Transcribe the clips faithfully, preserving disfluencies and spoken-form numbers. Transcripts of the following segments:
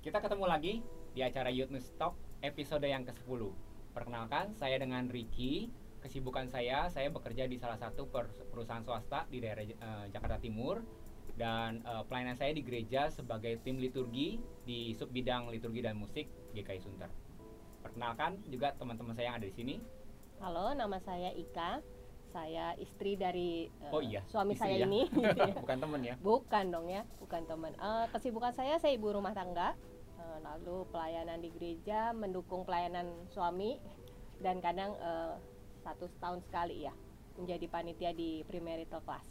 Kita ketemu lagi di acara Youth News Talk episode yang kesepuluh. Perkenalkan, saya dengan Ricky. Kesibukan saya, saya bekerja di salah satu perusahaan swasta di daerah uh, Jakarta Timur. Dan uh, pelayanan saya di gereja sebagai tim liturgi di subbidang liturgi dan musik G K I Sunter. Perkenalkan juga teman-teman saya yang ada di sini. Halo, nama saya Ika. Saya istri dari uh, oh, iya. suami istri saya ya? ini. Bukan teman ya? Bukan dong ya, bukan teman. Uh, kesibukan saya, saya ibu rumah tangga. Uh, lalu pelayanan di gereja, mendukung pelayanan suami. Dan kadang uh, satu tahun sekali ya, menjadi panitia di premarital class.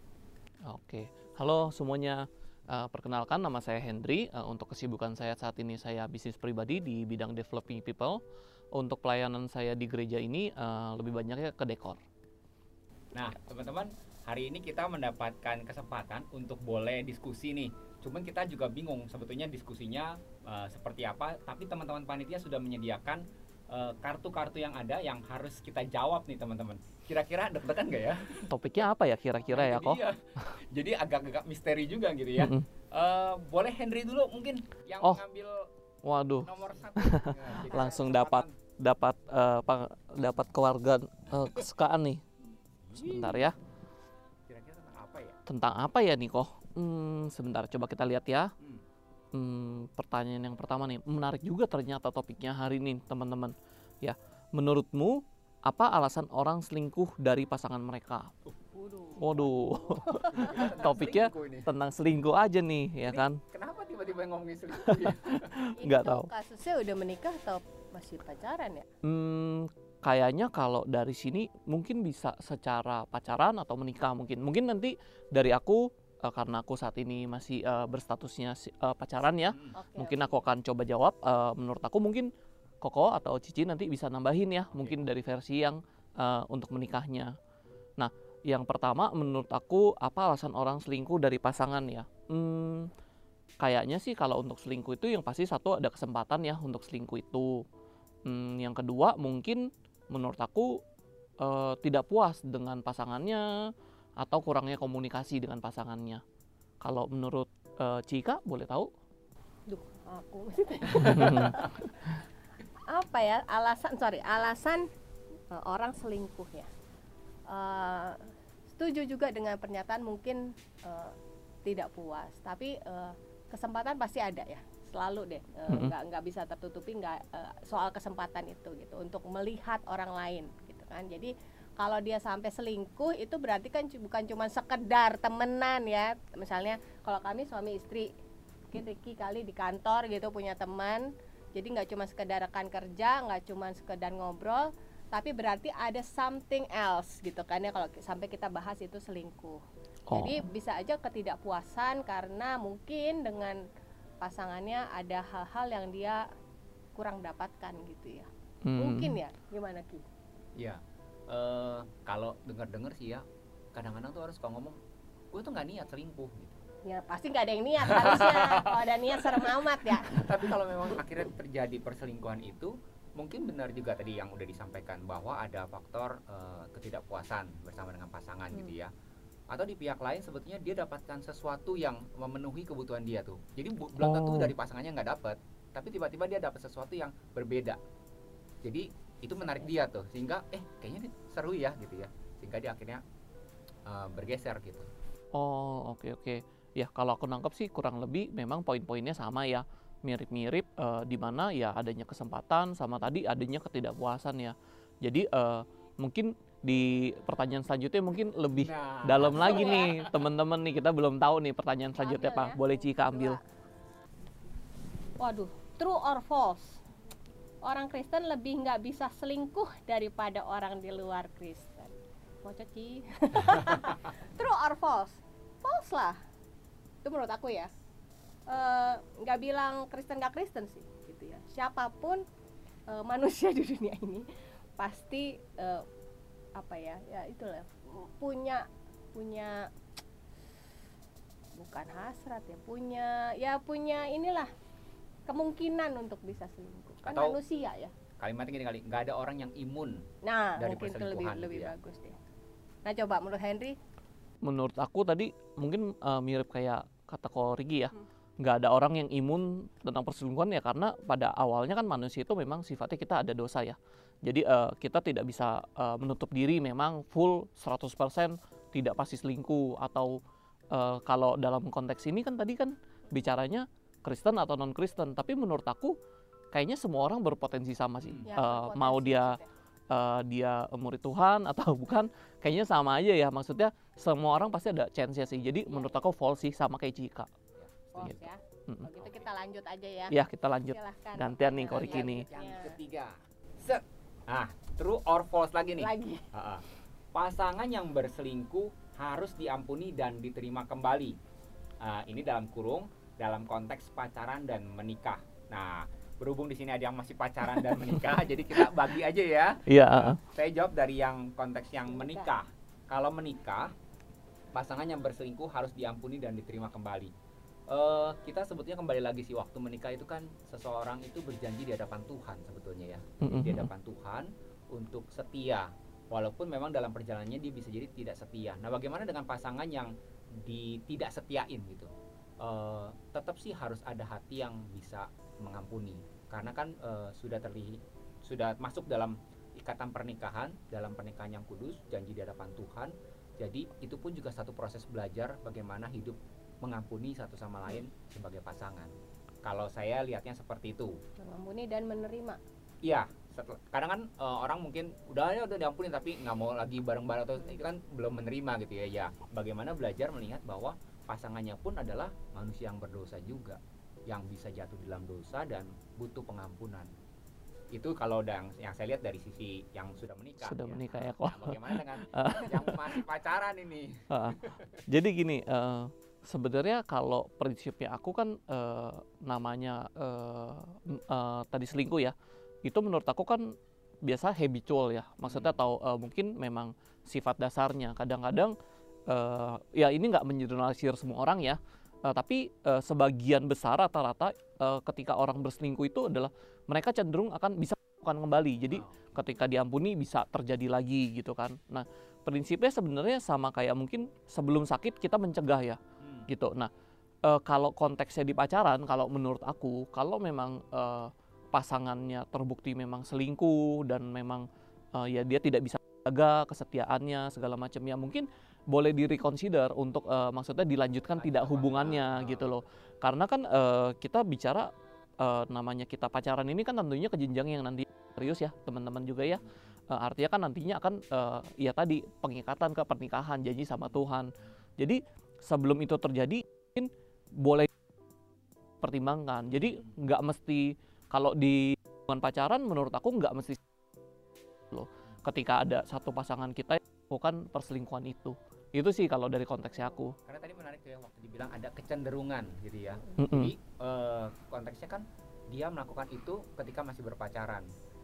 Oke, halo semuanya. Uh, perkenalkan, nama saya Hendry. Uh, untuk kesibukan saya saat ini, saya bisnis pribadi di bidang developing people. Untuk pelayanan saya di gereja ini uh, lebih banyaknya ke dekor. Nah, teman-teman, hari ini kita mendapatkan kesempatan untuk boleh diskusi nih. Cuman kita juga bingung sebetulnya diskusinya uh, seperti apa. Tapi teman-teman panitia sudah menyediakan uh, kartu-kartu yang ada yang harus kita jawab nih, teman-teman. Kira-kira deg-degan nggak ya? Topiknya apa ya kira-kira nah, ya kok? Iya. Jadi agak-agak misteri juga gitu ya. Mm-hmm. uh, boleh Henry dulu mungkin yang oh. mengambil Waduh. nomor satu. Nah, langsung dapat dapat uh, dapat keluarga uh, kesukaan nih. Sebentar ya. Kira-kira tentang apa ya? Tentang apa ya nih kok? Hmm, sebentar coba kita lihat ya. Hmm. Hmm, pertanyaan yang pertama nih, menarik juga ternyata topiknya hari ini teman-teman. Ya, menurutmu apa alasan orang selingkuh dari pasangan mereka? Waduh, topiknya tentang selingkuh aja nih, ya kan? Kenapa tiba-tiba ngomongin selingkuh ya? Nggak tahu. Kasusnya udah menikah atau masih pacaran ya? Hmm, kayaknya kalau dari sini mungkin bisa secara pacaran atau menikah mungkin. Mungkin nanti dari aku uh, karena aku saat ini masih uh, berstatusnya uh, pacaran ya. Hmm. Okay, mungkin okay. aku akan coba jawab. Uh, menurut aku mungkin Koko atau Cici nanti bisa nambahin ya. Okay. Mungkin dari versi yang uh, untuk menikahnya. Nah, yang pertama menurut aku apa alasan orang selingkuh dari pasangan ya? Hmm, kayaknya sih kalau untuk selingkuh itu yang pasti satu ada kesempatan ya untuk selingkuh itu. Hmm, yang kedua mungkin menurut aku uh, tidak puas dengan pasangannya atau kurangnya komunikasi dengan pasangannya. Kalau menurut uh, Cika boleh tahu? Duh, aku apa ya alasan sorry alasan uh, orang selingkuh ya. Uh, setuju juga dengan pernyataan mungkin uh, tidak puas, tapi uh, kesempatan pasti ada ya. Selalu deh, uh, mm-hmm. nggak nggak bisa tertutupi nggak uh, soal kesempatan itu gitu untuk melihat orang lain gitu kan. Jadi kalau dia sampai selingkuh itu berarti kan bukan cuma sekedar temenan ya. Misalnya kalau kami suami istri, mungkin Ricky kali di kantor gitu punya teman, jadi nggak cuma sekedar rekan kerja, nggak cuma sekedar ngobrol, tapi berarti ada something else gitu kan ya kalau sampai kita bahas itu selingkuh. Oh. Jadi bisa aja ketidakpuasan karena mungkin dengan pasangannya ada hal-hal yang dia kurang dapatkan gitu ya. Hmm. Mungkin ya, gimana Ki? Ya, uh, kalau dengar-dengar sih ya, kadang-kadang tuh harus kalau ngomong, gue tuh nggak niat selingkuh gitu. Ya pasti nggak ada yang niat harusnya. Kalau ada niat serem amat ya. Tapi kalau memang akhirnya terjadi perselingkuhan itu, mungkin benar juga tadi yang udah disampaikan bahwa ada faktor uh, ketidakpuasan bersama dengan pasangan hmm. gitu ya. Atau di pihak lain sebetulnya dia dapatkan sesuatu yang memenuhi kebutuhan dia tuh. Jadi bu- belum tentu dari pasangannya nggak dapat, tapi tiba-tiba dia dapat sesuatu yang berbeda. Jadi itu menarik dia tuh, sehingga eh kayaknya ini seru ya gitu ya, sehingga dia akhirnya uh, bergeser gitu. Oh oke okay, oke. Okay. Ya kalau aku nangkep sih kurang lebih memang poin-poinnya sama ya, mirip-mirip uh, di mana ya adanya kesempatan sama tadi adanya ketidakpuasan ya. Jadi uh, mungkin di pertanyaan selanjutnya mungkin lebih nah, dalam lagi ya. Nih teman-teman nih, kita belum tahu nih pertanyaan selanjutnya apa. Ya? Boleh Cika ambil. Waduh, true or false? Orang Kristen lebih nggak bisa selingkuh daripada orang di luar Kristen. Mau Ci? True or false? False lah. Itu menurut aku ya. Nggak uh, bilang Kristen nggak Kristen sih, gitu ya. Siapapun uh, manusia di dunia ini pasti uh, apa ya ya itulah punya punya bukan hasrat ya punya ya punya inilah kemungkinan untuk bisa selingkuh kan atau manusia ya. Kalimatnya gini kali, nggak ada orang yang imun nah dari mungkin itu lebih lebih ya. bagus deh. Nah coba menurut Henry? Menurut aku tadi mungkin uh, mirip kayak kata Ko Rigi ya. hmm. nggak ada orang yang imun tentang perselingkuhan ya, karena pada awalnya kan manusia itu memang sifatnya kita ada dosa ya. Jadi uh, kita tidak bisa uh, menutup diri memang full seratus persen tidak pasti selingkuh, atau uh, kalau dalam konteks ini kan tadi kan bicaranya Kristen atau non Kristen, tapi menurut aku kayaknya semua orang berpotensi sama sih. Ya, Uh, berpotensi mau dia maksudnya. uh, dia murid Tuhan atau bukan, kayaknya sama aja ya. Maksudnya semua orang pasti ada chance-nya sih. Jadi menurut aku false sih, sama kayak Cika. False Gitu. ya. Mm-mm. Kalau gitu kita lanjut aja ya. Ya kita lanjut. Silahkan. Gantian nih Ko Yang Riki nih. Yang Ya. ketiga. Set. Ah, true or false lagi nih. Lagi. Ah, ah. Pasangan yang berselingkuh harus diampuni dan diterima kembali. Ah, ini dalam kurung dalam konteks pacaran dan menikah. Nah, berhubung di sini ada yang masih pacaran dan menikah, jadi kita bagi aja ya. Iya. Nah, saya jawab dari yang konteks yang menikah. Kalau menikah, pasangan yang berselingkuh harus diampuni dan diterima kembali. Eh, kita sebetulnya kembali lagi sih, waktu menikah itu kan seseorang itu berjanji di hadapan Tuhan sebetulnya ya, Mm-mm. di hadapan Tuhan untuk setia. Walaupun memang dalam perjalanannya dia bisa jadi tidak setia. Nah, bagaimana dengan pasangan yang di tidak setiain gitu? Eh, tetap sih harus ada hati yang bisa mengampuni, karena kan eh, sudah terlihat sudah masuk dalam ikatan pernikahan, dalam pernikahan yang kudus, janji di hadapan Tuhan. Jadi itu pun juga satu proses belajar bagaimana hidup mengampuni satu sama lain sebagai pasangan. Kalau saya lihatnya seperti itu. Mengampuni dan menerima. Iya, setel- kadang kan eh, orang mungkin udah ya udah diampuni tapi nggak mau lagi bareng-bareng, atau itu kan belum menerima gitu ya. Ya, bagaimana belajar melihat bahwa pasangannya pun adalah manusia yang berdosa juga, yang bisa jatuh di dalam dosa dan butuh pengampunan. Itu kalau yang, yang saya lihat dari sisi yang sudah menikah. Sudah ya. menikah ya kok. Nah, bagaimana dengan yang masih pacaran ini? Ah, jadi gini, eh, sebenarnya kalau prinsipnya aku kan eh, namanya eh, m- eh, tadi selingkuh ya, itu menurut aku kan biasa habitual ya, maksudnya Hmm. tahu eh, mungkin memang sifat dasarnya. Kadang-kadang eh, ya ini nggak mengeneralisir semua orang ya, eh, tapi eh, sebagian besar rata-rata eh, ketika orang berselingkuh itu adalah mereka cenderung akan bisa melakukan kembali. Jadi Wow. ketika diampuni bisa terjadi lagi gitu kan. Nah prinsipnya sebenarnya sama kayak mungkin sebelum sakit kita mencegah ya Hmm. gitu. Nah eh, kalau konteksnya di pacaran, kalau menurut aku kalau memang eh, pasangannya terbukti memang selingkuh dan memang eh, ya dia tidak bisa jaga kesetiaannya segala macam, ya mungkin boleh direconsider untuk eh, maksudnya dilanjutkan tidak hubungannya gitu loh. Karena kan eh, kita bicara eh, namanya kita pacaran ini kan tentunya ke jenjang yang nanti serius ya teman-teman juga ya. Eh, artinya kan nantinya akan eh, ya tadi pengikatan ke pernikahan, janji sama Tuhan. Jadi sebelum itu terjadi mungkin boleh pertimbangkan. Jadi nggak mesti kalau di hubungan pacaran menurut aku nggak mesti loh. Ketika ada satu pasangan kita yang melakukan perselingkuhan itu. Itu sih kalau dari konteksnya aku. Karena tadi menarik tuh ya waktu dibilang ada kecenderungan gitu ya. Mm-mm. Jadi eh, konteksnya kan dia melakukan itu ketika masih berpacaran.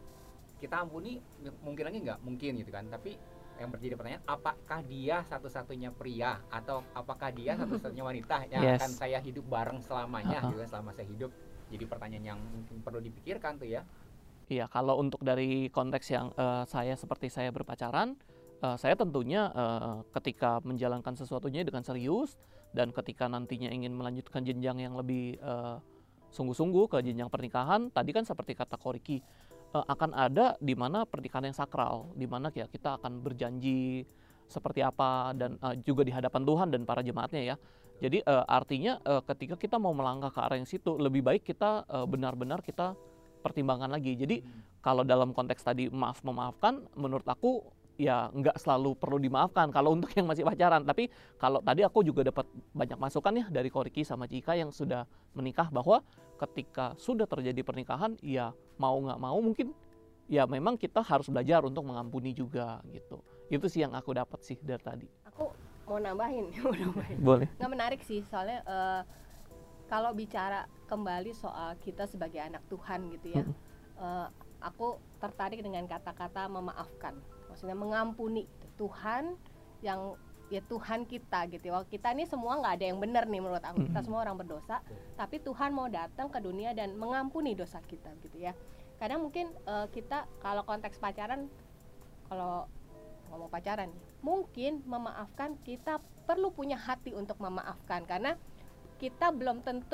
Kita ampuni m- mungkin lagi nggak mungkin gitu kan. Tapi yang terjadi pertanyaan, apakah dia satu-satunya pria atau apakah dia satu-satunya wanita yang Yes. akan saya hidup bareng selamanya Uh-uh. gitu kan, selama saya hidup. Jadi pertanyaan yang mungkin perlu dipikirkan tuh ya. Iya, kalau untuk dari konteks yang eh, saya seperti saya berpacaran, eh, saya tentunya eh, ketika menjalankan sesuatunya dengan serius dan ketika nantinya ingin melanjutkan jenjang yang lebih eh, sungguh-sungguh ke jenjang pernikahan, tadi kan seperti kata Ko Riki, eh, akan ada di mana pernikahan yang sakral, di mana ya kita akan berjanji seperti apa dan eh, juga di hadapan Tuhan dan para jemaatnya ya. Jadi eh, artinya eh, ketika kita mau melangkah ke arah yang situ, lebih baik kita eh, benar-benar kita pertimbangkan lagi. Jadi kalau dalam konteks tadi maaf memaafkan, menurut aku ya nggak selalu perlu dimaafkan kalau untuk yang masih pacaran. Tapi kalau tadi aku juga dapat banyak masukan ya dari Ko Riki sama Cika yang sudah menikah, bahwa ketika sudah terjadi pernikahan, ya mau nggak mau mungkin ya memang kita harus belajar untuk mengampuni juga gitu. Itu sih yang aku dapat sih dari tadi. Aku mau nambahin, mau nambahin. Boleh. Nggak menarik sih, soalnya eh, kalau bicara kembali soal kita sebagai anak Tuhan gitu ya, Mm-mm. eh, aku tertarik dengan kata-kata memaafkan, maksudnya mengampuni. Tuhan yang ya Tuhan kita gitu ya. Kita ini semua nggak ada yang benar nih menurut aku, kita Mm-mm. semua orang berdosa, tapi Tuhan mau datang ke dunia dan mengampuni dosa kita gitu ya. Kadang mungkin eh, kita kalau konteks pacaran, kalau ngomong pacaran nih, mungkin memaafkan kita perlu punya hati untuk memaafkan, karena kita belum tentu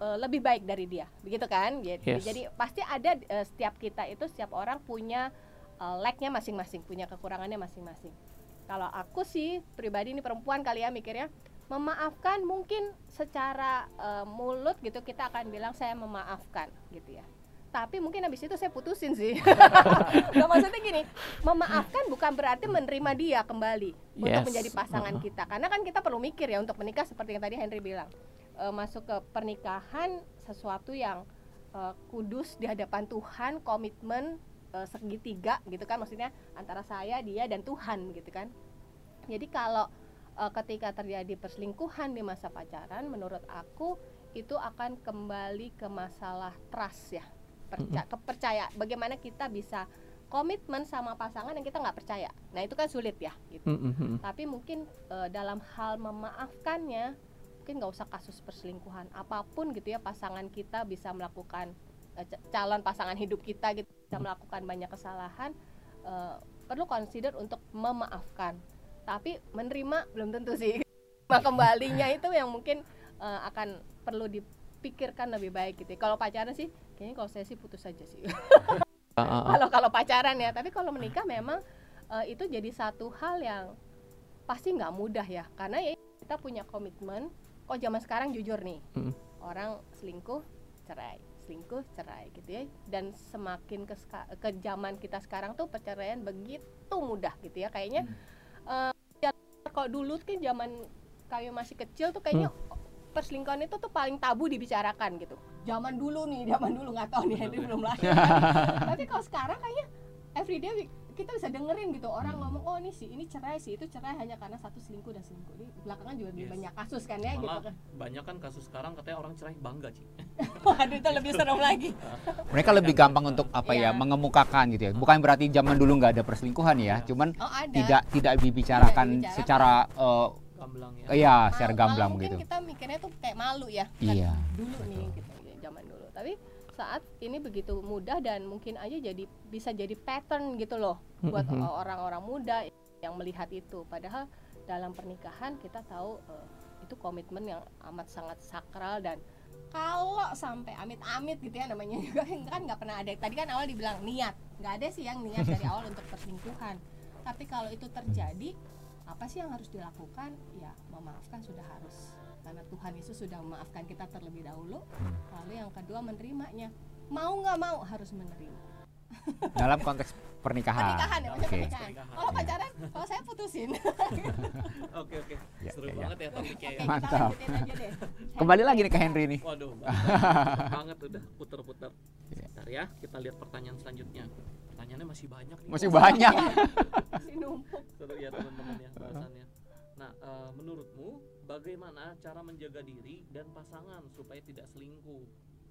uh, lebih baik dari dia, begitu kan? Jadi, Yes. jadi pasti ada uh, setiap kita itu setiap orang punya uh, lag-nya masing-masing, punya kekurangannya masing-masing. Kalau aku sih pribadi ini perempuan kali ya mikirnya, memaafkan mungkin secara uh, mulut gitu kita akan bilang saya memaafkan gitu ya. Tapi mungkin habis itu saya putusin sih. Nggak, maksudnya gini, memaafkan bukan berarti menerima dia kembali Yes. untuk menjadi pasangan Uh-uh. kita. Karena kan kita perlu mikir ya untuk menikah seperti yang tadi Henry bilang. E, masuk ke pernikahan sesuatu yang e, kudus di hadapan Tuhan, komitmen e, segitiga gitu kan, maksudnya antara saya, dia dan Tuhan gitu kan. Jadi kalau e, ketika terjadi perselingkuhan di masa pacaran, menurut aku itu akan kembali ke masalah trust ya. Perca- kepercayaan, bagaimana kita bisa komitmen sama pasangan yang kita nggak percaya. Nah itu kan sulit ya gitu. Mm-mm. Tapi mungkin e, dalam hal memaafkannya, mungkin nggak usah kasus perselingkuhan apapun gitu ya, pasangan kita bisa melakukan e, c- calon pasangan hidup kita gitu bisa melakukan banyak kesalahan, e, perlu consider untuk memaafkan. Tapi menerima belum tentu sih. Nah, kembalinya itu yang mungkin e, akan perlu dipikirkan lebih baik gitu. Kalau pacaran sih kayaknya kalau saya sih putus saja sih. Uh-uh. Kalau kalau pacaran ya, tapi kalau menikah memang uh, itu jadi satu hal yang pasti nggak mudah ya, karena ya kita punya komitmen. Kok zaman sekarang jujur nih, Mm. orang selingkuh cerai, selingkuh cerai gitu ya, dan semakin ke, ke zaman kita sekarang tuh perceraian begitu mudah gitu ya, kayaknya uh, ya, kalau dulu kan zaman kami masih kecil tuh kayaknya Hmm. perselingkuhan itu tuh paling tabu dibicarakan gitu. Zaman dulu nih, zaman dulu nggak tahu nih Henry belum lahir. Kan? Tapi kalau sekarang kayaknya everyday kita bisa dengerin gitu orang ngomong, oh ini sih ini cerai sih, itu cerai hanya karena satu selingkuh dan selingkuh. Ini belakangan juga lebih Yes. banyak kasus kan ya gitu Malah kan. banyak kan kasus sekarang katanya orang cerai bangga Ci. Waduh itu lebih serem lagi. Mereka lebih gampang untuk apa ya, Iya. mengemukakan gitu ya. Bukan berarti zaman dulu nggak ada perselingkuhan ya, cuman Oh ada. tidak tidak dibicarakan Tidak dibicarakan. secara eh, Gamblang ya. iya, Mal- secara malah gamblang mungkin gitu. kita mikirnya tuh kayak malu ya. Kan Iya. Dulu nih gitu ya, zaman dulu. Tapi saat ini begitu mudah dan mungkin aja jadi bisa jadi pattern gitu loh buat Mhm. orang-orang muda yang melihat itu. Padahal dalam pernikahan kita tahu eh, itu komitmen yang amat sangat sakral, dan kalau sampai amit-amit gitu ya, namanya juga kan nggak pernah ada. Tadi kan awal dibilang niat, nggak ada sih yang niat dari awal untuk perselingkuhan. Tapi kalau itu terjadi, apa sih yang harus dilakukan? Ya memaafkan sudah harus, karena Tuhan Yesus sudah memaafkan kita terlebih dahulu. Lalu yang kedua menerimanya, mau nggak mau harus menerima. Dalam konteks pernikahan. Pernikahan ya, maksudnya Oke. pernikahan. Pernikahan. Kalau pacaran, kalau saya putusin. Oke oke. Ya, Seru ya, ya. banget ya topiknya Oke, ya. Mantap. kita lanjutin aja deh. Kembali lagi nih ke Henry nih. Waduh, banget, banget udah puter-puter. Iya. Bentar ya, kita lihat pertanyaan selanjutnya. Pertanyaannya masih banyak nih. Masih Wah, banyak. Masih numpuk. Seru ya teman-teman ya bahasannya. Nah, eh, menurutmu bagaimana cara menjaga diri dan pasangan supaya tidak selingkuh?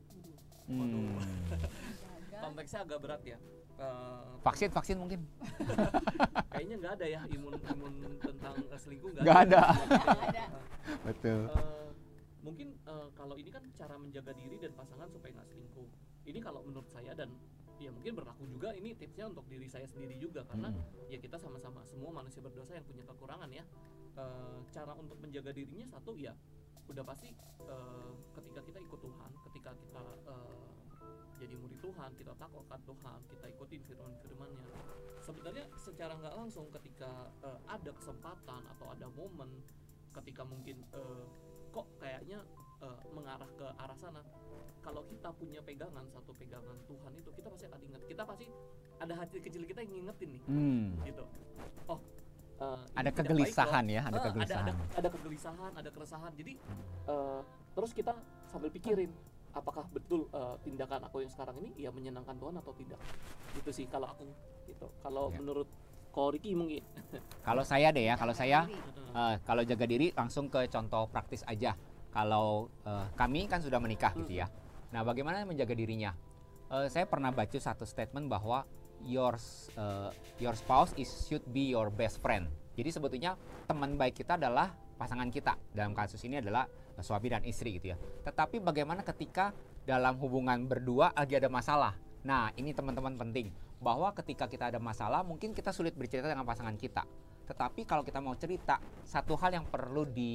Hmm. Konteksnya agak berat ya. Eh, Vaksin, vaksin mungkin. kayaknya nggak ada ya imun imun tentang eh, selingkuh nggak Nggak ada. Nggak ada. Betul. Eh, mungkin eh, kalau ini kan cara menjaga diri dan pasangan supaya nggak selingkuh. Ini kalau menurut saya, dan ya mungkin berlaku juga ini tipsnya untuk diri saya sendiri juga, karena Hmm. ya kita sama-sama semua manusia berdosa yang punya kekurangan ya. Eh, cara untuk menjaga dirinya satu ya udah pasti eh, ketika kita ikut Tuhan, ketika kita eh, jadi murid Tuhan, kita takut akan Tuhan, kita ikutin firman-firmannya. Sebenarnya secara nggak langsung ketika eh, ada kesempatan atau ada momen ketika mungkin eh, kok kayaknya eh, mengarah ke arah sana, kalau kita punya pegangan, satu pegangan Tuhan itu, kita pasti akan ingat, kita pasti ada hati kecil kita yang ngingetin nih Hmm. gitu. Oh eh, ini Ada tidak kegelisahan baik ya, loh. ada Eh, kegelisahan. ada, ada, ada kegelisahan, ada keresahan. Jadi eh, terus kita sambil pikirin apakah betul eh, tindakan aku yang sekarang ini ya menyenangkan Tuhan atau tidak. Itu sih kalau aku gitu. Kalau Ya. menurut Ko Riki mungkin. Kalau saya deh ya, kalau saya Diri. eh, kalau jaga diri langsung ke contoh praktis aja. Kalau eh, kami kan sudah menikah gitu ya. Nah, bagaimana menjaga dirinya? Eh, saya pernah baca satu statement bahwa your eh, your spouse is should be your best friend. Jadi sebetulnya teman baik kita adalah pasangan kita. Dalam kasus ini adalah eh, suami dan istri gitu ya. Tetapi bagaimana ketika dalam hubungan berdua lagi ada masalah? Nah, ini teman-teman penting bahwa ketika kita ada masalah mungkin kita sulit bercerita dengan pasangan kita. Tetapi kalau kita mau cerita, satu hal yang perlu di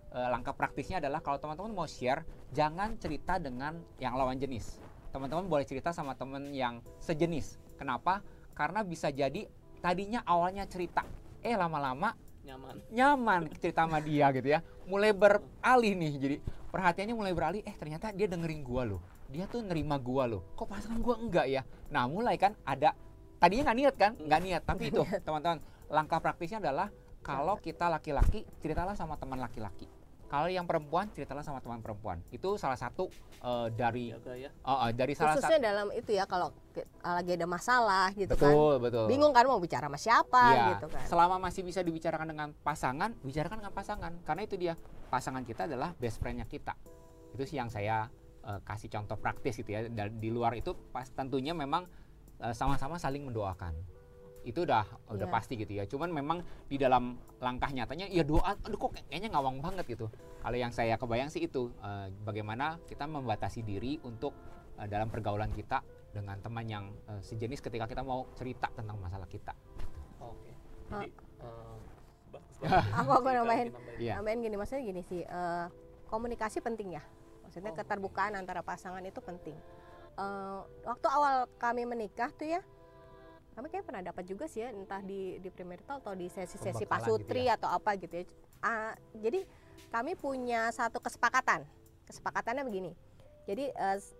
uh, langkah praktisnya adalah kalau teman-teman mau share, jangan cerita dengan yang lawan jenis. Teman-teman boleh cerita sama teman yang sejenis. Kenapa? Karena bisa jadi tadinya awalnya cerita, eh lama-lama nyaman nyaman cerita sama dia gitu ya, mulai beralih nih, jadi perhatiannya mulai beralih, eh ternyata dia dengerin gua loh, dia tuh nerima gua loh, kok pasangan gua enggak ya. Nah mulai kan ada, tadinya nggak niat kan, nggak niat, tapi itu teman-teman langkah praktisnya adalah kalau kita laki-laki ceritalah sama teman laki-laki, kalau yang perempuan ceritalah sama teman perempuan. Itu salah satu uh, dari jaga ya. uh, uh, dari salah satu, Khususnya dalam itu ya, kalau ki- lagi ada masalah gitu kan, betul betul bingung kan mau bicara sama siapa Iya, gitu kan. selama masih bisa dibicarakan dengan pasangan, bicarakan dengan pasangan. Karena itu dia, pasangan kita adalah best friend-nya kita. Itu sih yang saya uh, kasih contoh praktis gitu ya. Dan di luar itu pas tentunya memang uh, sama-sama saling mendoakan. Itu udah udah Iya. pasti gitu ya. Cuman memang di dalam langkah nyatanya ya doa, aduh kok kayaknya ngawang banget gitu. Kalau yang saya kebayang sih itu uh, bagaimana kita membatasi diri untuk uh, dalam pergaulan kita dengan teman yang uh, sejenis ketika kita mau cerita tentang masalah kita. Oke. Jadi eh, bagus Aku aku Dika nambahin, mungkin nambahin. Iya. nambahin gini, maksudnya gini sih, eh, komunikasi penting ya. Maksudnya Oh, keterbukaan antara pasangan itu penting. Eh, waktu awal kami menikah tuh ya, kami kayak pernah dapat juga sih ya, entah di di premarital atau di sesi-sesi Pembekalan pasutri gitu atau apa gitu ya. Ah, jadi kami punya satu kesepakatan. Kesepakatannya begini. Jadi eh, s-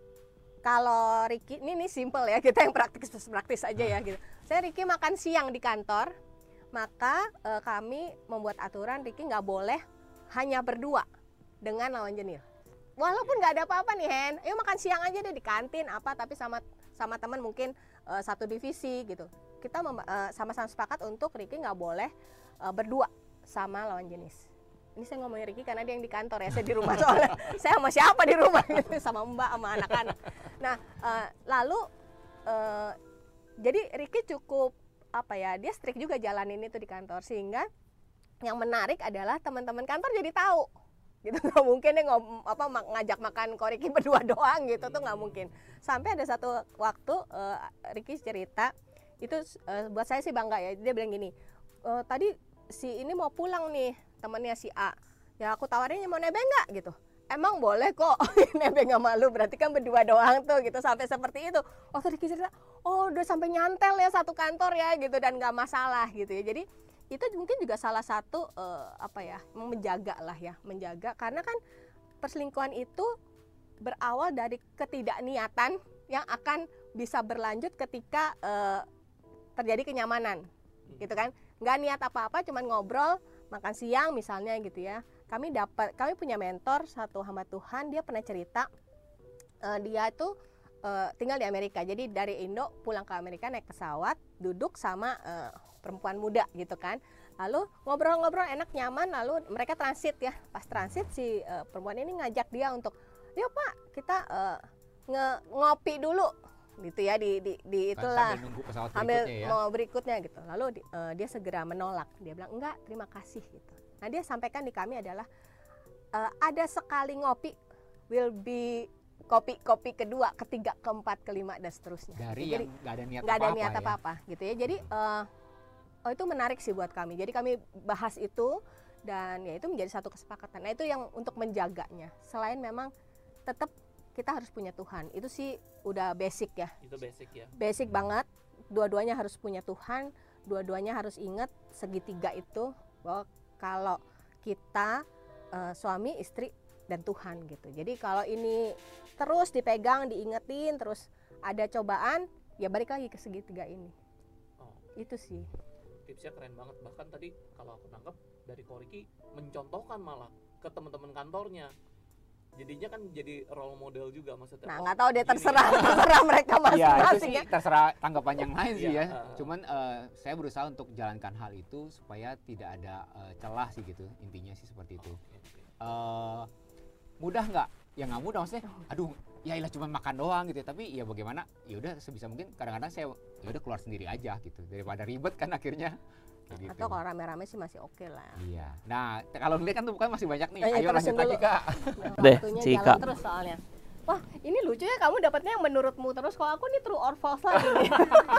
kalau Ricky, ini nih simple ya, kita yang praktis praktis aja ya gitu. Saya Ricky makan siang di kantor, maka eh, kami membuat aturan Ricky nggak boleh hanya berdua dengan lawan jenis. Walaupun nggak ada apa-apa nih Hen, ayo makan siang aja deh di kantin apa, tapi sama sama teman mungkin eh, satu divisi gitu. Kita mem- eh, sama-sama sepakat untuk Ricky nggak boleh eh, berdua sama lawan jenis. Ini saya ngomongin Ricky karena dia yang di kantor ya, saya di rumah soalnya. Saya sama siapa di rumah gitu, sama Mbak, sama anak-anak. Nah, eh, lalu eh, jadi Ricky cukup apa ya, dia strict juga jalanin itu di kantor, sehingga yang menarik adalah teman-teman kantor jadi tahu gitu. Nggak mungkin dia ngom, apa ma- ngajak makan kok Ricky berdua doang gitu, tuh nggak mungkin. Sampai ada satu waktu eh, Ricky cerita itu, eh, buat saya sih bangga ya, dia bilang gini, "E, tadi si ini mau pulang nih temennya si A, ya aku tawarin mau nebeng nggak gitu." Emang boleh kok, nebeng nggak malu, berarti kan berdua doang tuh gitu, sampai seperti itu. Waktu Ricky cerita, oh udah sampai nyantel ya satu kantor ya gitu, dan nggak masalah gitu ya. Jadi itu mungkin juga salah satu eh, apa ya, menjaga lah ya, menjaga, karena kan perselingkuhan itu berawal dari ketidakniatan yang akan bisa berlanjut ketika eh, terjadi kenyamanan gitu kan. Nggak niat apa-apa, cuman ngobrol makan siang misalnya gitu ya. Kami dapat, kami punya mentor satu hamba Tuhan, dia pernah cerita eh, dia tuh eh, tinggal di Amerika. Jadi dari Indo pulang ke Amerika naik pesawat, duduk sama eh, perempuan muda gitu kan. Lalu ngobrol-ngobrol enak nyaman, lalu mereka transit ya. Pas transit si eh, perempuan ini ngajak dia untuk, "Yuk Pak, kita eh, nge- ngopi dulu." Gitu ya, di di, di Kan itulah. sambil nunggu pesawat Ambil berikutnya ya. mau berikutnya gitu. Lalu di- eh, dia segera menolak. Dia bilang enggak, terima kasih gitu. Nah, dia sampaikan di kami adalah eh, ada sekali ngopi will be kopi-kopi kedua, ketiga, keempat, kelima dan seterusnya. Dari Jadi yang nggak ada niat nggak ada apa-apa niat ya. apa-apa gitu ya. Jadi eh, oh itu menarik sih buat kami. Jadi kami bahas itu dan ya itu menjadi satu kesepakatan. Nah, itu yang untuk menjaganya. Selain memang tetap kita harus punya Tuhan. Itu sih udah basic ya. Itu basic ya. Basic banget. Dua-duanya harus punya Tuhan, dua-duanya harus ingat segitiga itu, bahwa kalau kita eh, suami, istri dan Tuhan gitu. Jadi kalau ini terus dipegang, diingetin, terus ada cobaan, ya balik lagi ke segitiga ini. Oh, Itu sih. tipsnya keren banget. Bahkan tadi kalau aku tangkap dari Koriki mencontohkan malah ke teman-teman kantornya. Jadinya kan jadi role model juga maksudnya. Nah, oh, nggak tahu deh, gini terserah ya. terserah mereka Iya itu masing-masing sih ya. terserah tanggapan yang lain sih Iya, ya. uh. Cuman eh, saya berusaha untuk jalankan hal itu supaya tidak ada eh, celah sih gitu. Intinya sih seperti itu. Oke, oke. Eh, mudah nggak? Ya nggak mudah maksudnya. Aduh, ya ilah cuma makan doang gitu. Tapi ya bagaimana? Ya udah sebisa mungkin. Kadang-kadang saya ya udah keluar sendiri aja gitu daripada ribet kan akhirnya. Kayak gitu. Atau kalau rame-rame sih masih oke lah. Iya. Nah t- kalau lihat kan tuh bukan masih banyak nih. Eh, Ayo terusin lanjut lagi dulu. Kak. Nah, Deh, waktunya Cika. jalan terus soalnya. Wah, ini lucu ya, kamu dapatnya yang menurutmu terus. Kalau aku nih true or false lagi nih.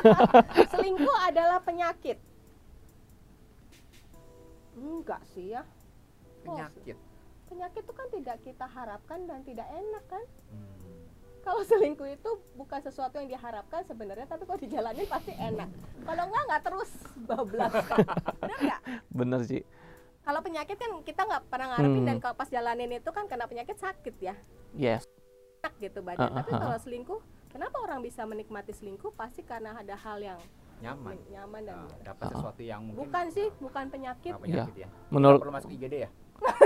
Selingkuh adalah penyakit. Enggak sih ya. Penyakit. penyakit itu kan tidak kita harapkan dan tidak enak kan. Hmm. Kalau selingkuh itu bukan sesuatu yang diharapkan sebenarnya, tapi kalau dijalanin pasti enak. Kalau enggak, nggak terus bablas. Benar nggak? Bener sih. Kalau penyakit kan kita nggak pernah ngarepin, Hmm. dan kalau pas jalanin itu kan kena penyakit sakit ya, Yes. enak gitu badan. Ah, Tapi ah, ah. kalau selingkuh, kenapa orang bisa menikmati selingkuh? Pasti karena ada hal yang Nyaman. men- nyaman dan Nah, menyenangkan. dapat Ah. sesuatu yang mungkin Bukan sih, bukan penyakit. nggak penyakit ya. Menurut Nggak perlu masuk I G D ya.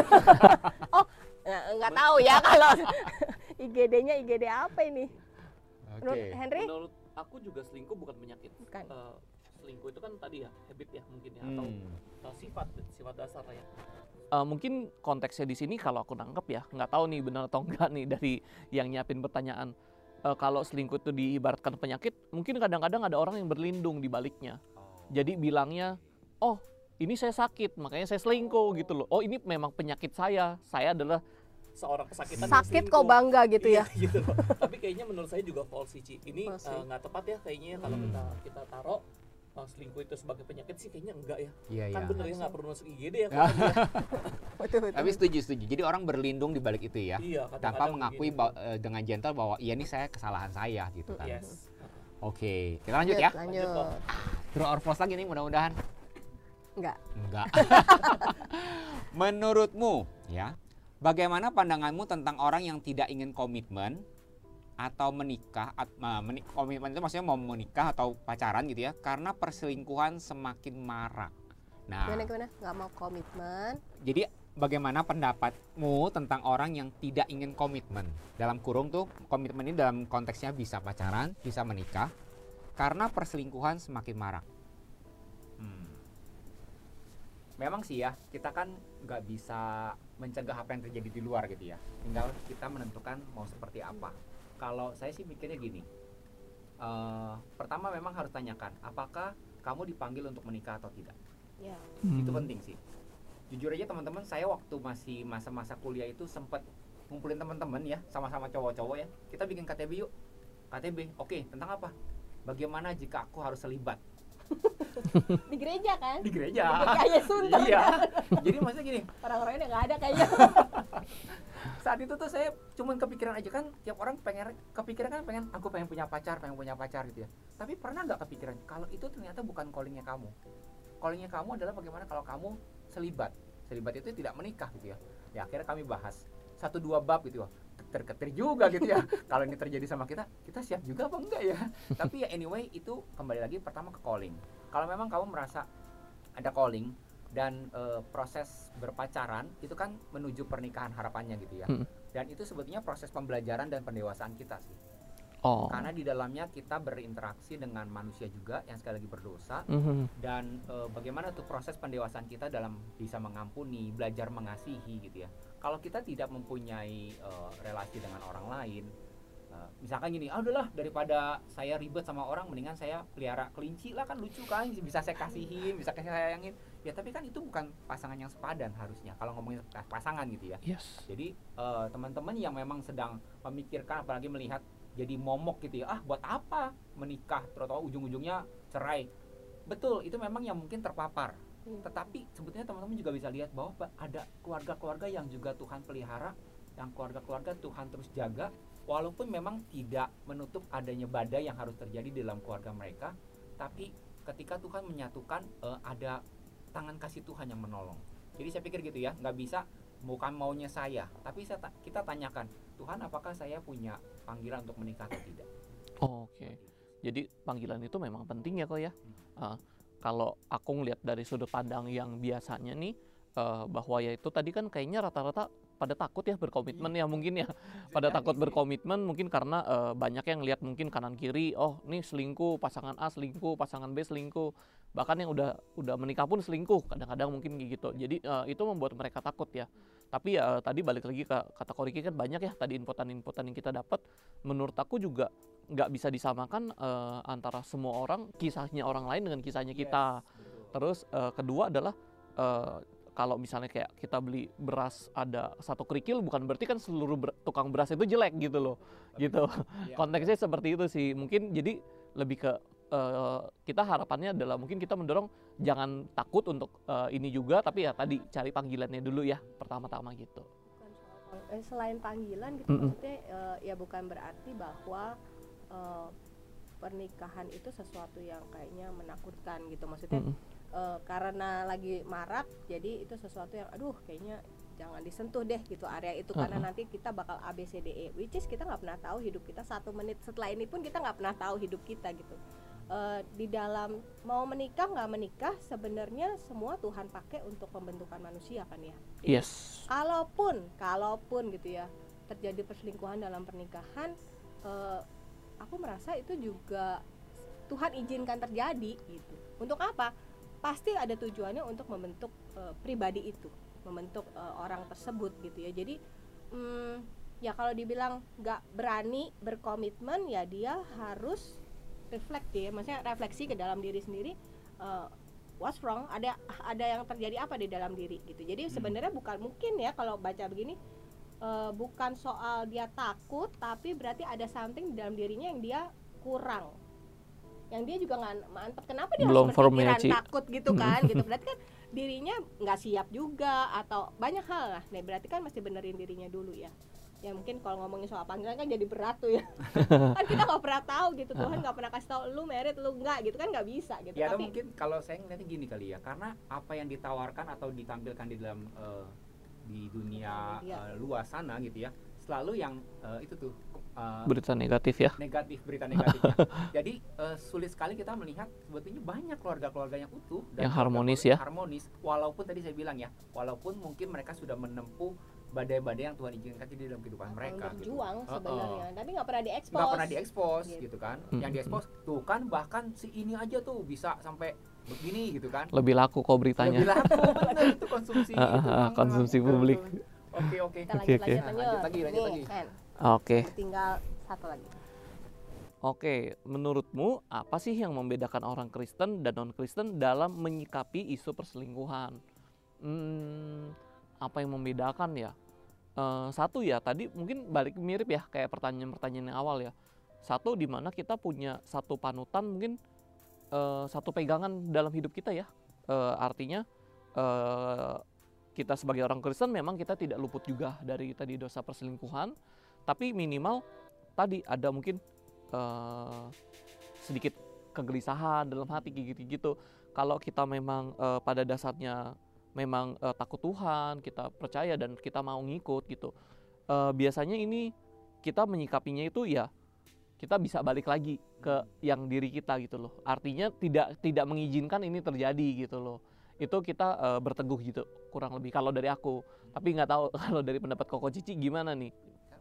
Nah, nggak tahu ya kalau I G D-nya I G D apa ini? Menurut Oke. Henry? Menurut aku juga selingkuh bukan penyakit. Bukan. Eh, selingkuh itu kan tadi ya habit ya mungkin ya, atau Hmm. eh, sifat sifat dasar ya. Eh, mungkin konteksnya di sini kalau aku nangkep ya, nggak tahu nih benar atau enggak nih dari yang nyiapin pertanyaan. Eh, kalau selingkuh itu diibaratkan penyakit, mungkin kadang-kadang ada orang yang berlindung di baliknya. Oh. Jadi bilangnya, oh ini saya sakit, makanya saya selingkuh gitu loh. Oh ini memang penyakit saya, saya adalah Seorang kesakitan yang Sakit kok selingkuh. bangga gitu ya. Iya, gitu loh. Tapi kayaknya menurut saya juga false sih, Ci. Ini False eh, sih. nggak tepat ya kayaknya kalau Hmm. kita kita taruh eh, selingkuh itu sebagai penyakit sih kayaknya enggak ya. Iya, Kan iya. bener ya nggak perlu masuk I G D ya. Ya. kalau dia. Betul, betul. Tapi setuju, setuju. Jadi orang berlindung di balik itu ya. Iya, Tanpa kadang-kadang mengakui begini. ba- eh, dengan gentle bahwa iya nih saya kesalahan saya gitu kan. Yes. Oke, kita lanjut ya. Lanjut. Lanjut, Kok. True or false lagi nih mudah-mudahan. Enggak. Enggak. Menurutmu ya, bagaimana pandanganmu tentang orang yang tidak ingin komitmen atau menikah? At, ma- meni- komitmen itu maksudnya mau menikah atau pacaran gitu ya, karena perselingkuhan semakin marak. Nah, Gimana gimana? Nggak mau komitmen. jadi bagaimana pendapatmu tentang orang yang tidak ingin komitmen? Dalam kurung tuh komitmen ini dalam konteksnya bisa pacaran, bisa menikah, karena perselingkuhan semakin marak. Hmm. Memang sih ya, kita kan nggak bisa mencegah apa yang terjadi di luar gitu ya. Tinggal kita menentukan mau seperti apa. Kalau saya sih mikirnya gini, eh, pertama memang harus tanyakan, apakah kamu dipanggil untuk menikah atau tidak? Ya. Itu Hmm. penting sih. Jujur aja teman-teman, saya waktu masih masa-masa kuliah itu sempat ngumpulin teman-teman ya, sama-sama cowok-cowok ya. Kita bikin K T B yuk. K T B, oke, tentang apa? Bagaimana jika aku harus selibat Di gereja kan? di gereja? Kayak sunter. Iya. Jadi maksudnya gini, Orang-orangnya nggak ada kayaknya. saat itu tuh saya cuman kepikiran aja kan, tiap orang pengen kepikiran kan pengen aku pengen punya pacar, pengen punya pacar gitu ya. Tapi pernah nggak kepikiran kalau itu ternyata bukan callingnya kamu? Callingnya kamu adalah bagaimana kalau kamu selibat. Selibat itu tidak menikah gitu ya. Ya akhirnya kami bahas satu dua bab gitu ya. Ketir-ketir juga gitu ya. Kalau ini terjadi sama kita, kita siap juga apa enggak ya? Tapi ya anyway itu kembali lagi pertama ke calling. Kalau memang kamu merasa ada calling dan eh, proses berpacaran itu kan menuju pernikahan harapannya gitu ya. Hmm. Dan itu sebetulnya proses pembelajaran dan pendewasaan kita sih. Oh. Karena di dalamnya kita berinteraksi dengan manusia juga yang sekali lagi berdosa, Mhm. dan e, bagaimana tuh proses pendewasaan kita dalam bisa mengampuni, belajar mengasihi gitu ya. Kalau kita tidak mempunyai e, relasi dengan orang lain, e, misalkan gini, ah udahlah daripada saya ribet sama orang, mendingan saya pelihara kelinci lah, kan lucu kan, bisa saya kasihin, bisa saya sayangin. Ya tapi kan itu bukan pasangan yang sepadan harusnya kalau ngomongin pasangan gitu ya. Yes. Jadi e, teman-teman yang memang sedang memikirkan apalagi melihat jadi momok gitu ya, ah buat apa menikah terus ujung-ujungnya cerai. Betul, itu memang yang mungkin terpapar. Hmm. Tetapi sebetulnya teman-teman juga bisa lihat bahwa ba- ada keluarga-keluarga yang juga Tuhan pelihara, yang keluarga-keluarga Tuhan terus jaga, walaupun memang tidak menutup adanya badai yang harus terjadi di dalam keluarga mereka, tapi ketika Tuhan menyatukan eh, ada tangan kasih Tuhan yang menolong. Jadi saya pikir gitu ya, nggak bisa bukan maunya saya, tapi saya ta- kita tanyakan, Tuhan apakah saya punya panggilan untuk menikah atau tidak? Oh, Oke. Jadi panggilan itu memang penting ya kok ya. Uh, kalau aku ngelihat dari sudut pandang yang biasanya nih, uh, bahwa ya itu tadi kan kayaknya rata-rata pada takut ya berkomitmen ya mungkin ya. Pada takut berkomitmen mungkin karena uh, banyak yang lihat mungkin kanan kiri, oh nih selingkuh, pasangan A selingkuh, pasangan B selingkuh. Bahkan yang udah udah menikah pun selingkuh, kadang-kadang mungkin gitu. Jadi uh, itu membuat mereka takut ya. Tapi ya tadi balik lagi ke kata Koriki kan banyak ya tadi inputan-inputan yang kita dapat. Menurut aku juga nggak bisa disamakan uh, antara semua orang, kisahnya orang lain dengan kisahnya kita. Terus uh, kedua adalah uh, kalau misalnya kayak kita beli beras ada satu kerikil, bukan berarti kan seluruh ber- tukang beras itu jelek gitu loh, gitu. Iya. Konteksnya seperti itu sih. Mungkin jadi lebih ke uh, kita harapannya adalah mungkin kita mendorong jangan takut untuk uh, ini juga, tapi ya tadi cari panggilannya dulu ya pertama-tama gitu. Eh, selain panggilan gitu, Mm-mm. maksudnya eh, ya bukan berarti bahwa eh, pernikahan itu sesuatu yang kayaknya menakutkan gitu, maksudnya Mm-mm. eh, karena lagi marak jadi itu sesuatu yang aduh kayaknya jangan disentuh deh gitu area itu, karena Uh-uh. nanti kita bakal A B C D E, which is kita nggak pernah tahu hidup kita, satu menit setelah ini pun kita nggak pernah tahu hidup kita gitu. Eh, di dalam mau menikah nggak menikah sebenarnya semua Tuhan pakai untuk pembentukan manusia kan ya. Jadi, Yes. kalaupun kalaupun gitu ya terjadi perselingkuhan dalam pernikahan, eh, aku merasa itu juga Tuhan izinkan terjadi gitu. Untuk apa? Pasti ada tujuannya untuk membentuk eh, pribadi itu, membentuk eh, orang tersebut gitu ya. Jadi hmm, ya kalau dibilang nggak berani berkomitmen, ya dia harus reflect ya, maksudnya refleksi ke dalam diri sendiri. eh, what's wrong, ada ada yang terjadi apa di dalam diri gitu. Jadi sebenarnya bukan mungkin ya kalau baca begini, uh, bukan soal dia takut, tapi berarti ada something di dalam dirinya yang dia kurang, yang dia juga nggak mantep, kenapa dia Belum harus firm ya, berpikiran Ci. takut gitu kan gitu, berarti kan dirinya nggak siap juga atau banyak hal lah. Nah berarti kan mesti benerin dirinya dulu ya. Ya mungkin kalau ngomongin soal panggilan kan jadi berat tuh ya. Kan kita nggak pernah tahu gitu, Tuhan nggak pernah kasih tahu lu merit lu nggak gitu kan, nggak bisa gitu. Ya, atau Tapi mungkin kalau saya ngeliatnya gini kali ya, karena apa yang ditawarkan atau ditampilkan di dalam eh, di dunia Media. eh, luas sana gitu ya, selalu yang eh, itu tuh eh, Berita negatif ya. negatif, berita negatifnya. Jadi eh, sulit sekali kita melihat sebetulnya banyak keluarga-keluarga yang utuh Yang harmonis keluarga-keluarga ya. harmonis, walaupun tadi saya bilang ya, walaupun mungkin mereka sudah menempuh badai-badai yang Tuhan izinkan di dalam kehidupan mereka gitu. berjuang Uh-uh. sebenarnya, tapi nggak pernah diekspos. Nggak pernah diekspos Gitu. gitu kan. Mm-mm. Yang diekspos tuh kan bahkan si ini aja tuh bisa sampai begini gitu kan. Lebih laku kok beritanya. Lebih laku bener itu konsumsi Ah, itu ah, ah, memang konsumsi betul, publik. betul. Oke oke. Kita Oke, lanjut oke. lanjut Nah, lanjut. lanjut lagi, lanjut Nih, lagi. Ken, Oke. tinggal satu lagi. Oke, menurutmu apa sih yang membedakan orang Kristen dan non-Kristen dalam menyikapi isu perselingkuhan? Hmm, apa yang membedakan ya? Eh, satu ya, tadi mungkin balik mirip ya kayak pertanyaan-pertanyaan yang awal ya. Satu, di mana kita punya satu panutan, mungkin eh, satu pegangan dalam hidup kita ya. Eh, artinya eh, kita sebagai orang Kristen memang kita tidak luput juga dari tadi dosa perselingkuhan, tapi minimal tadi ada mungkin eh, sedikit kegelisahan dalam hati gitu-gitu. Kalau kita memang eh, pada dasarnya memang eh, takut Tuhan, kita percaya dan kita mau ngikut gitu. Eh, biasanya ini kita menyikapinya itu ya kita bisa balik lagi ke yang diri kita gitu loh. Artinya tidak tidak mengizinkan ini terjadi gitu loh. Itu kita eh, berteguh gitu kurang lebih kalau dari aku. Tapi nggak tahu kalau dari pendapat Koko Cici gimana nih?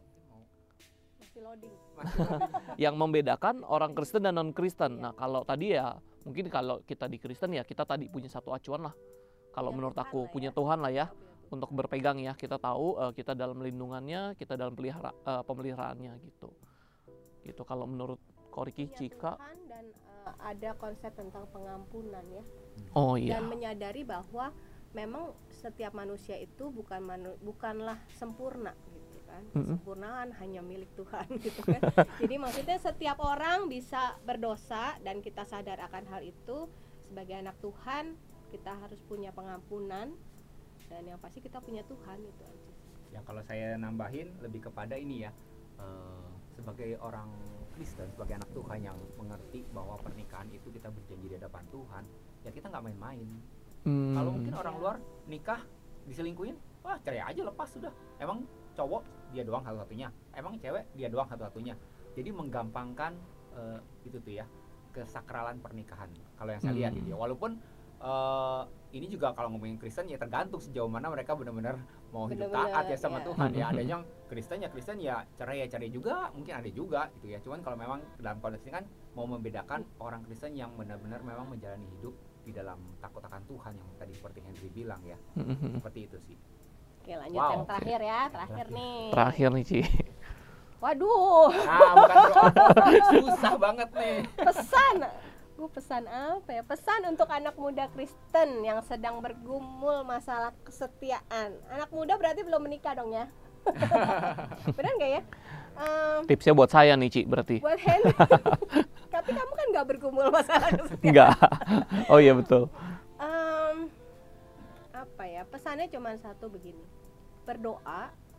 Masih loading. Yang membedakan orang Kristen dan non Kristen. Nah kalau tadi ya mungkin kalau kita di Kristen ya kita tadi punya satu acuan lah. Kalau Punya menurut Tuhan aku lah punya ya. Tuhan lah ya Punya Tuhan. untuk berpegang ya, kita tahu eh, kita dalam lindungannya, kita dalam pelihara, eh, pemeliharaannya gitu. Gitu kalau menurut Kori Punya Kici Kak. Tuhan dan eh, ada konsep tentang pengampunan ya. Oh iya. Dan menyadari bahwa memang setiap manusia itu bukan manu, bukanlah sempurna gitu kan. Mm-mm. Kesempurnaan hanya milik Tuhan gitu kan. Jadi maksudnya setiap orang bisa berdosa dan kita sadar akan hal itu. Sebagai anak Tuhan kita harus punya pengampunan, dan yang pasti kita punya Tuhan itu aja. Ya kalau saya nambahin lebih kepada ini ya, eh, sebagai orang Kristen, sebagai anak Tuhan yang mengerti bahwa pernikahan itu kita berjanji di hadapan Tuhan, ya kita nggak main-main. Hmm. Kalau mungkin orang Ya. luar nikah diselingkuhin, wah cerai aja lepas sudah. Emang cowok dia doang satu-satunya, emang cewek dia doang satu-satunya. Jadi menggampangkan eh, itu tuh ya kesakralan pernikahan. Kalau yang saya lihat Hmm. gitu ya, walaupun eh, ini juga kalau ngomongin Kristen ya tergantung sejauh mana mereka benar-benar mau hidup Benar-benar, taat ya sama ya. Tuhan ya. Hmm. Ada yang Kristen ya Kristen ya cerai ya cerai juga, mungkin ada juga gitu ya. Cuman kalau memang dalam konteks ini kan mau membedakan orang Kristen yang benar-benar memang menjalani hidup di dalam takut akan Tuhan yang tadi seperti Henry bilang ya. Mm-mm. Seperti itu sih. Oke lanjut Wow, yang oke. terakhir ya, terakhir nih. Terakhir nih Ci. Waduh, Nah, bukan bro, susah banget nih. pesan. Gue pesan apa ya? Pesan untuk anak muda Kristen yang sedang bergumul masalah kesetiaan. Anak muda berarti belum menikah dong ya? Benar nggak ya? Em, Tipsnya buat saya nih Ci berarti. buat Henry. Tapi kamu kan nggak bergumul masalah kesetiaan. Enggak. Oh iya betul. Em, apa ya? Pesannya cuma satu begini. Berdoa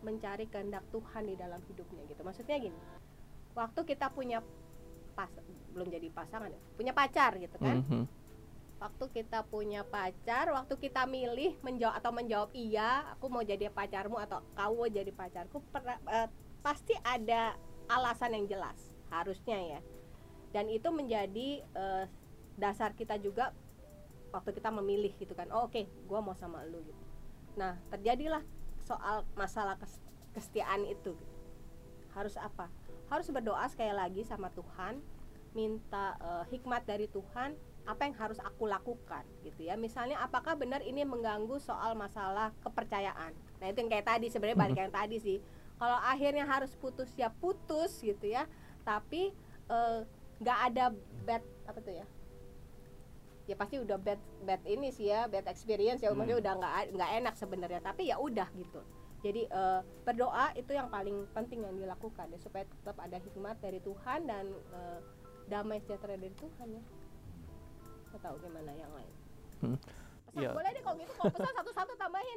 mencari kehendak Tuhan di dalam hidupnya gitu. Maksudnya gini, waktu kita punya pas belum jadi pasangan ya, punya pacar gitu kan. Mhm. Waktu kita punya pacar, waktu kita milih menjawab atau menjawab iya, aku mau jadi pacarmu atau kamu mau jadi pacarku, per, eh, pasti ada alasan yang jelas harusnya ya. Dan itu menjadi eh, dasar kita juga waktu kita memilih gitu kan. Oh oke, okay, gue mau sama lu gitu. Nah terjadilah soal masalah kes- kesetiaan itu gitu. Harus apa? Harus berdoa sekali lagi sama Tuhan, minta uh, hikmat dari Tuhan, apa yang harus aku lakukan gitu ya. Misalnya apakah benar ini mengganggu soal masalah kepercayaan. Nah itu yang kayak tadi, sebenarnya balik yang tadi sih. Kalau akhirnya harus putus ya putus gitu ya. Tapi nggak uh, ada bad apa tuh ya? Ya pasti udah bad bad ini sih ya, bad experience ya, maksudnya udah nggak nggak enak sebenarnya, tapi ya udah gitu. Jadi uh, berdoa itu yang paling penting yang dilakukan ya, supaya tetap ada hikmat dari Tuhan dan uh, damai sejahtera dari Tuhan ya. Nggak tahu gimana yang lain. Hmm. Pesan Ya. boleh deh kalau gitu, kalau pesan satu-satu tambahin.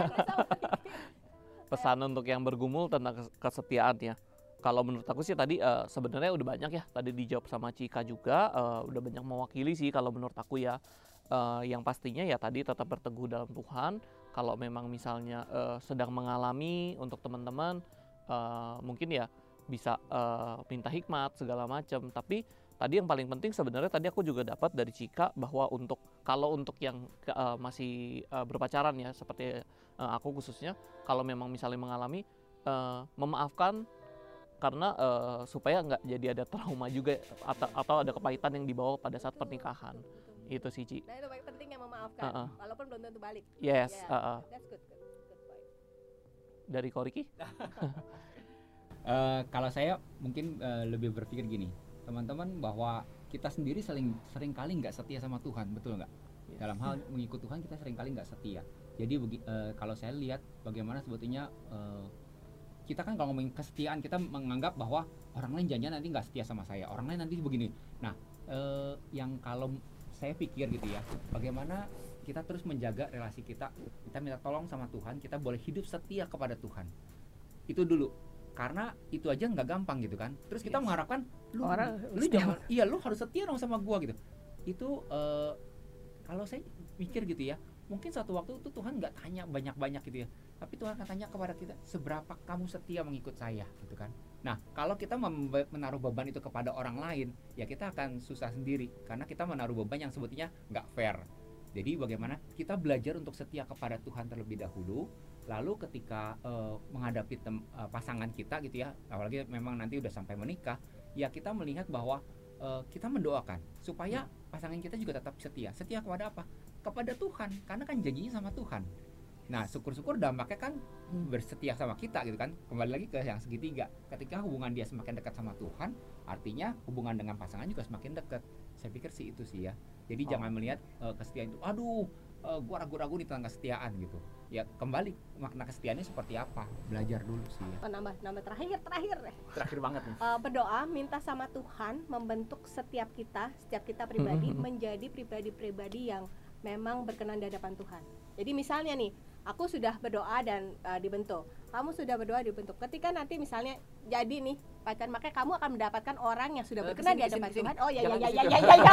Pesan untuk yang bergumul tentang kes- kesetiaan ya. Kalau menurut aku sih tadi uh, sebenarnya udah banyak ya, tadi dijawab sama Cika juga, uh, udah banyak mewakili sih kalau menurut aku ya. Uh, yang pastinya ya tadi tetap berteguh dalam Tuhan. Kalau memang misalnya uh, sedang mengalami untuk teman-teman, uh, mungkin ya bisa uh, minta hikmat segala macam. Tapi tadi yang paling penting sebenarnya tadi aku juga dapat dari Cika bahwa untuk kalau untuk yang uh, masih uh, berpacaran ya, seperti uh, aku khususnya, kalau memang misalnya mengalami, uh, memaafkan karena uh, supaya nggak jadi ada trauma juga atau, atau ada kepahitan yang dibawa pada saat pernikahan. Itu sih Ci. Nah itu paling penting yang memaafkan, Uh-uh. walaupun belum tentu balik. Yes. Yeah, Uh-uh. that's good, good, good point. Dari Koriki? Uh, kalau saya mungkin uh, lebih berpikir gini, teman-teman, bahwa kita sendiri sering sering kali nggak setia sama Tuhan, betul nggak? Yes. Dalam hal mengikut Tuhan kita sering kali nggak setia. Jadi begi, uh, kalau saya lihat bagaimana sebetulnya uh, kita kan kalau ngomongin kesetiaan, kita menganggap bahwa orang lain janjian nanti nggak setia sama saya, orang lain nanti begini. Nah, uh, yang kalau saya pikir gitu ya, bagaimana kita terus menjaga relasi kita, kita minta tolong sama Tuhan, kita boleh hidup setia kepada Tuhan. Itu dulu. Karena itu aja nggak gampang gitu kan. Terus kita Yes. mengharapkan lu, Orang lu jangan, iya lu harus setia dong sama gua gitu. Itu uh, kalau saya mikir gitu ya, mungkin suatu waktu itu Tuhan nggak tanya banyak-banyak gitu ya, tapi Tuhan akan tanya kepada kita, seberapa kamu setia mengikut saya gitu kan. Nah kalau kita membe- menaruh beban itu kepada orang lain, ya kita akan susah sendiri, karena kita menaruh beban yang sebetulnya nggak fair. Jadi bagaimana kita belajar untuk setia kepada Tuhan terlebih dahulu, lalu ketika uh, menghadapi tem- uh, pasangan kita gitu ya, apalagi memang nanti udah sampai menikah, ya kita melihat bahwa uh, kita mendoakan supaya pasangan kita juga tetap setia. Setia kepada apa? Kepada Tuhan, karena kan janjinya sama Tuhan. Nah syukur-syukur dampaknya kan bersetia sama kita gitu kan. Kembali lagi ke yang segitiga, ketika hubungan dia semakin dekat sama Tuhan, artinya hubungan dengan pasangan juga semakin dekat. Saya pikir sih itu sih ya. Jadi oh. jangan melihat uh, kesetiaan itu, aduh uh, gua ragu-ragu nih tentang kesetiaan gitu. Ya kembali makna kesetiaannya seperti apa, belajar dulu sih ya. Oh, nambah nambah terakhir terakhir deh. Terakhir banget nih. Uh, berdoa, minta sama Tuhan membentuk setiap kita, setiap kita pribadi menjadi pribadi-pribadi yang memang berkenan di hadapan Tuhan. Jadi misalnya nih, aku sudah berdoa dan uh, dibentuk, kamu sudah berdoa dibentuk. Ketika nanti misalnya jadi nih pacar, makanya kamu akan mendapatkan orang yang sudah Uh, berkenan kesini, di hadapan kesini, Tuhan. kesini. Oh ya ya Jangan ya ke ya situ. ya ya. ya.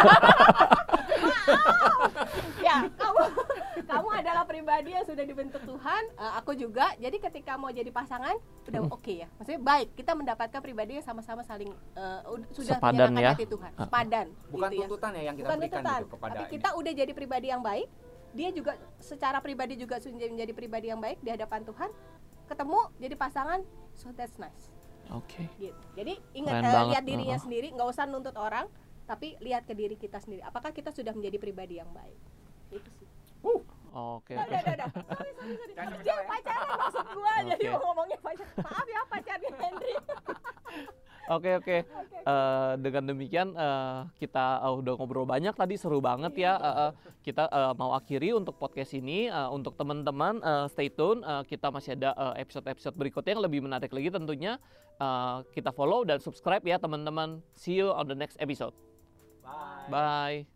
Ya, kamu kamu adalah pribadi yang sudah dibentuk Tuhan. Uh, aku juga. Jadi ketika mau jadi pasangan, udah oke okay ya. Maksudnya baik, kita mendapatkan pribadi yang sama-sama saling uh, ud- sudah Sepadan menyenangkan ya. hati Tuhan. Sepadan. Bukan gitu ya. tuntutan ya yang kita Bukan berikan tuntutan, gitu kepada tapi ini. kita udah jadi pribadi yang baik. Dia juga secara pribadi juga sudah menjadi pribadi yang baik di hadapan Tuhan. Ketemu jadi pasangan, so that's nice. Oke. Gitu. Jadi ingat, Keren uh, banget, lihat dirinya uh-uh. sendiri, nggak usah nuntut orang, tapi lihat ke diri kita sendiri. Apakah kita sudah menjadi pribadi yang baik? Itu sih. Oke. Udah, udah, udah. Sorry, sorry, sorry. Jangan Dia sampai pacaran maksud gua, jadi Oke. mau ngomongnya pacar. Maaf ya pacarnya Henry. Oke oke. Eh, dengan demikian eh, kita eh, udah ngobrol banyak tadi, seru banget ya. Eh, eh, kita eh, mau akhiri untuk podcast ini. Eh, untuk teman-teman eh, stay tune. Eh, kita masih ada eh, episode-episode berikutnya yang lebih menarik lagi tentunya. Eh, kita follow dan subscribe ya teman-teman. See you on the next episode. Bye. Bye.